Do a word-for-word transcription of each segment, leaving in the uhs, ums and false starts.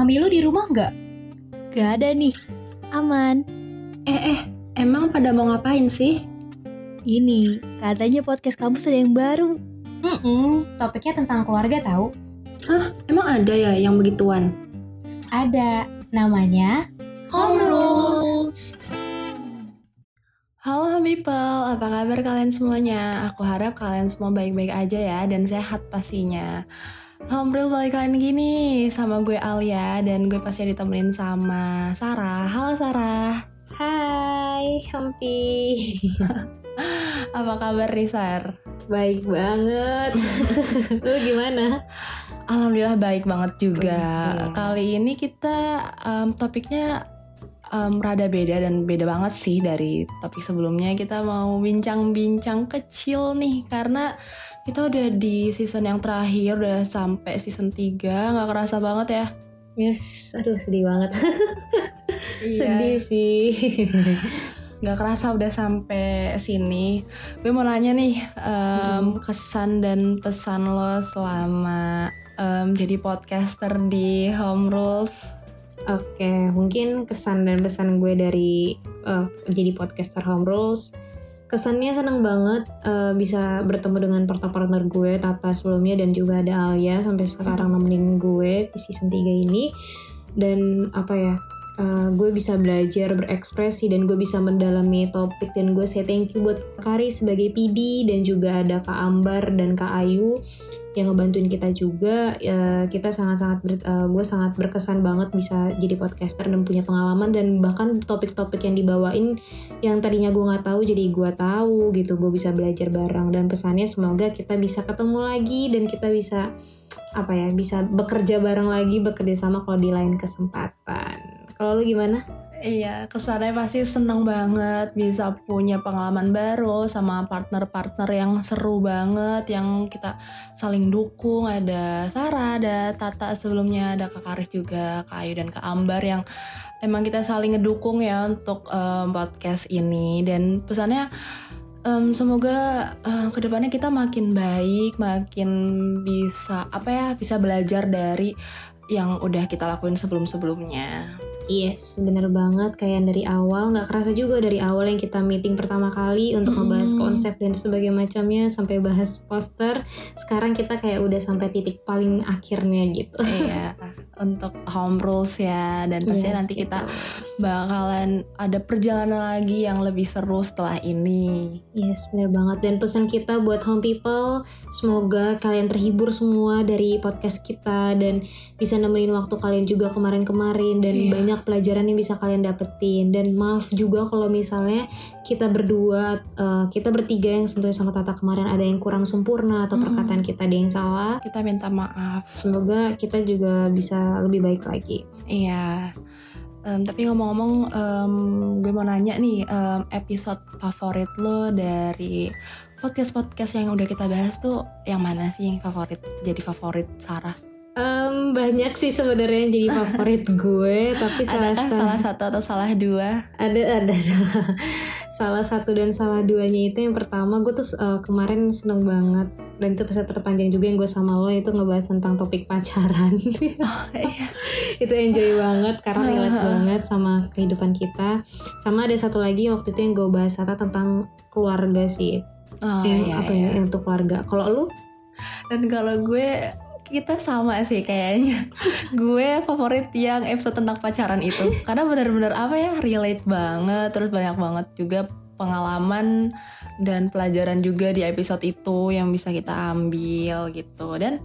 Mami lu di rumah nggak? Gak ada nih, aman. Eh eh, emang pada mau ngapain sih? Ini, katanya podcast kampus ada yang baru. Hmm, topiknya tentang keluarga tahu? Hah, emang ada ya yang begituan? Ada, namanya Home Rules. Halo people, apa kabar kalian semuanya? Aku harap kalian semua baik-baik aja ya dan sehat pastinya. Home Rules balik kalian gini sama gue Alia dan gue pasti ditemenin sama Sarah. Halo Sarah. Hai Hompi. Apa kabar nih Sar? Baik banget. Lu gimana? Alhamdulillah baik banget juga. Baik. Kali ini kita um, topiknya um, rada beda dan beda banget sih dari topik sebelumnya. Kita mau bincang-bincang kecil nih karena kita udah di season yang terakhir, udah sampai season tiga. Gak kerasa banget ya? Yes, aduh sedih banget. Iya. Sedih sih. Gak kerasa udah sampai sini. Gue mau nanya nih um, hmm. kesan dan pesan lo selama um, jadi podcaster di Home Rules. Oke, mungkin kesan dan pesan gue dari uh, jadi podcaster Home Rules. Kesannya seneng banget uh, bisa bertemu dengan partner-partner gue, Tata sebelumnya dan juga ada Alia sampai sekarang nemenin gue di season tiga ini. Dan apa ya, uh, gue bisa belajar berekspresi dan gue bisa mendalami topik. Dan gue say thank you buat Kari sebagai P D dan juga ada Kak Ambar dan Kak Ayu yang ngebantuin kita juga. Uh, kita sangat-sangat ber, uh, gue sangat berkesan banget bisa jadi podcaster dan punya pengalaman dan bahkan topik-topik yang dibawain yang tadinya gue nggak tahu jadi gue tahu gitu. Gue bisa belajar bareng dan pesannya semoga kita bisa ketemu lagi dan kita bisa apa ya bisa bekerja bareng lagi, bekerja sama kalau di lain kesempatan. Kalau lu gimana? Iya, kesannya pasti seneng banget bisa punya pengalaman baru sama partner-partner yang seru banget, yang kita saling dukung. Ada Sarah, ada Tata sebelumnya, ada Kak Karis juga, Kak Ayu dan Kak Ambar yang emang kita saling ngedukung ya untuk um, podcast ini. Dan pesannya um, semoga uh, kedepannya kita makin baik, makin bisa apa ya bisa belajar dari yang udah kita lakuin sebelum-sebelumnya. Yes, bener banget. Kayak dari awal, gak kerasa juga dari awal yang kita meeting pertama kali untuk mm. ngebahas konsep dan sebagainya macamnya sampai bahas poster. Sekarang kita kayak udah sampai titik paling akhirnya gitu. Iya, untuk Home Rules ya. Dan pasti yes, nanti gitu. Kita bakalan ada perjalanan lagi yang lebih seru setelah ini. Yes, bener banget. Dan pesan kita buat home people, semoga kalian terhibur semua dari podcast kita dan bisa nemenin waktu kalian juga kemarin-kemarin dan yeah. banyak pelajaran yang bisa kalian dapetin. Dan maaf juga kalau misalnya kita berdua uh, kita bertiga yang sentuh sama Tata kemarin ada yang kurang sempurna atau mm-hmm. perkataan kita ada yang salah, kita minta maaf. Semoga kita juga bisa lebih baik lagi. Iya. Um, tapi ngomong-ngomong um, gue mau nanya nih, um, episode favorit lo dari podcast-podcast yang udah kita bahas tuh yang mana sih yang favorit, jadi favorit Sarah? Um, banyak sih sebenarnya yang jadi favorit gue, tapi salah, adakah sa- salah satu atau salah dua? Ada ada salah satu dan salah duanya itu yang pertama gue tuh uh, kemarin seneng banget dan itu episode terpanjang juga yang gue sama lo itu ngebahas tentang topik pacaran. Oh, iya. Itu enjoy banget karena relate banget sama kehidupan kita. Sama ada satu lagi waktu itu yang gue bahas tentang keluarga sih. Oh, yang iya, apa iya. ya untuk keluarga. Kalau lu? Dan kalau gue kita sama sih kayaknya. Gue favorit yang episode tentang pacaran itu karena benar-benar apa ya relate banget, terus banyak banget juga pengalaman dan pelajaran juga di episode itu yang bisa kita ambil gitu. Dan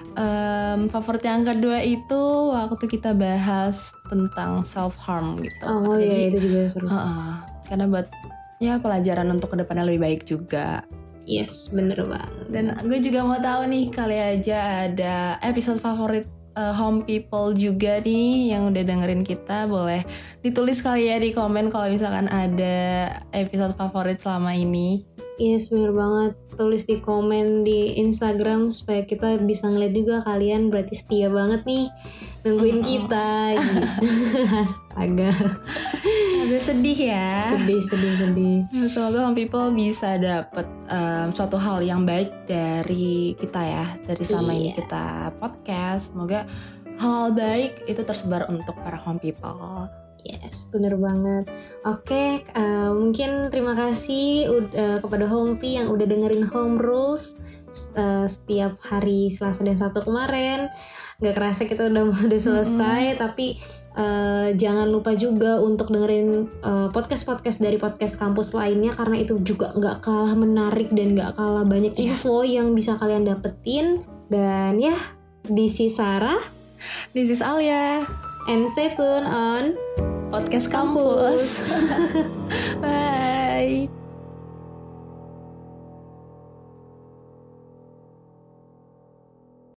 um, favorit yang kedua itu waktu kita bahas tentang self harm gitu. Oh Jadi, iya itu juga seru. Uh-uh, karena buat ya pelajaran untuk kedepannya lebih baik juga. Yes, bener banget. Dan gue juga mau tahu nih, kali aja ada episode favorit uh, Home People juga nih yang udah dengerin kita, boleh ditulis kali ya di komen kalau misalkan ada episode favorit selama ini. Yes, bener banget. Tulis di komen di Instagram supaya kita bisa ngeliat juga kalian berarti setia banget nih nungguin mm-hmm. kita gitu. Astaga. Agak sedih ya. Sedih, sedih, sedih. Semoga Home People bisa dapet um, suatu hal yang baik dari kita ya, dari selama iya. ini kita podcast. Semoga hal baik itu tersebar untuk para home people. Yes, bener banget. Oke, uh, mungkin terima kasih uh, kepada Hompi yang udah dengerin Home Rules uh, setiap hari Selasa dan Sabtu kemarin. Gak kerasa kita udah udah selesai, mm-hmm. tapi uh, jangan lupa juga untuk dengerin uh, podcast-podcast dari podcast kampus lainnya, karena itu juga gak kalah menarik dan gak kalah banyak yeah. info yang bisa kalian dapetin. Dan ya, this is Sarah, this is Alia, and stay tune on Podcast Kampus. Bye.